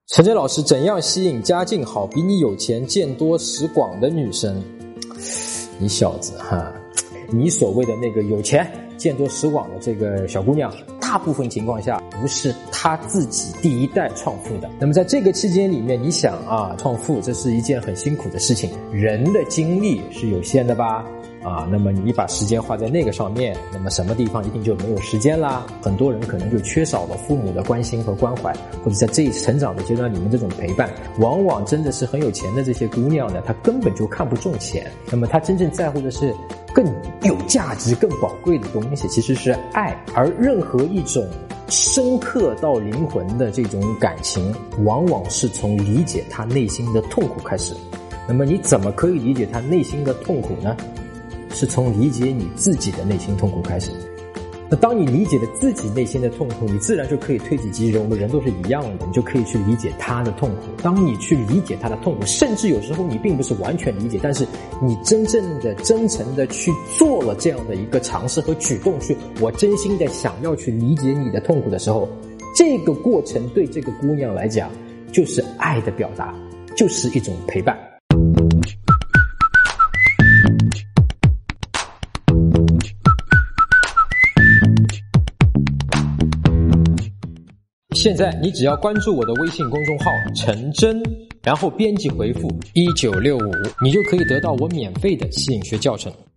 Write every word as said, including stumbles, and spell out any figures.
陈真老师怎样吸引家境好、比你有钱、见多识广的女生？你小子哈，你所谓的那个有钱、见多识广的这个小姑娘，大部分情况下不是她自己第一代创富的。那么在这个期间里面，你想啊，创富这是一件很辛苦的事情，人的精力是有限的吧？啊，那么你把时间花在那个上面，那么什么地方一定就没有时间啦。很多人可能就缺少了父母的关心和关怀，或者在这一成长的阶段里面这种陪伴。往往真的是很有钱的这些姑娘呢，她根本就看不重钱，那么她真正在乎的是更有价值、更宝贵的东西，其实是爱。而任何一种深刻到灵魂的这种感情，往往是从理解她内心的痛苦开始。那么你怎么可以理解她内心的痛苦呢？是从理解你自己的内心痛苦开始。那当你理解了自己内心的痛苦，你自然就可以推己及人，我们人都是一样的，你就可以去理解他的痛苦。当你去理解他的痛苦，甚至有时候你并不是完全理解，但是你真正的真诚的去做了这样的一个尝试和举动，去我真心的想要去理解你的痛苦的时候，这个过程对这个姑娘来讲就是爱的表达，就是一种陪伴。现在你只要关注我的微信公众号陈真，然后编辑回复一九六五，你就可以得到我免费的吸引学教程。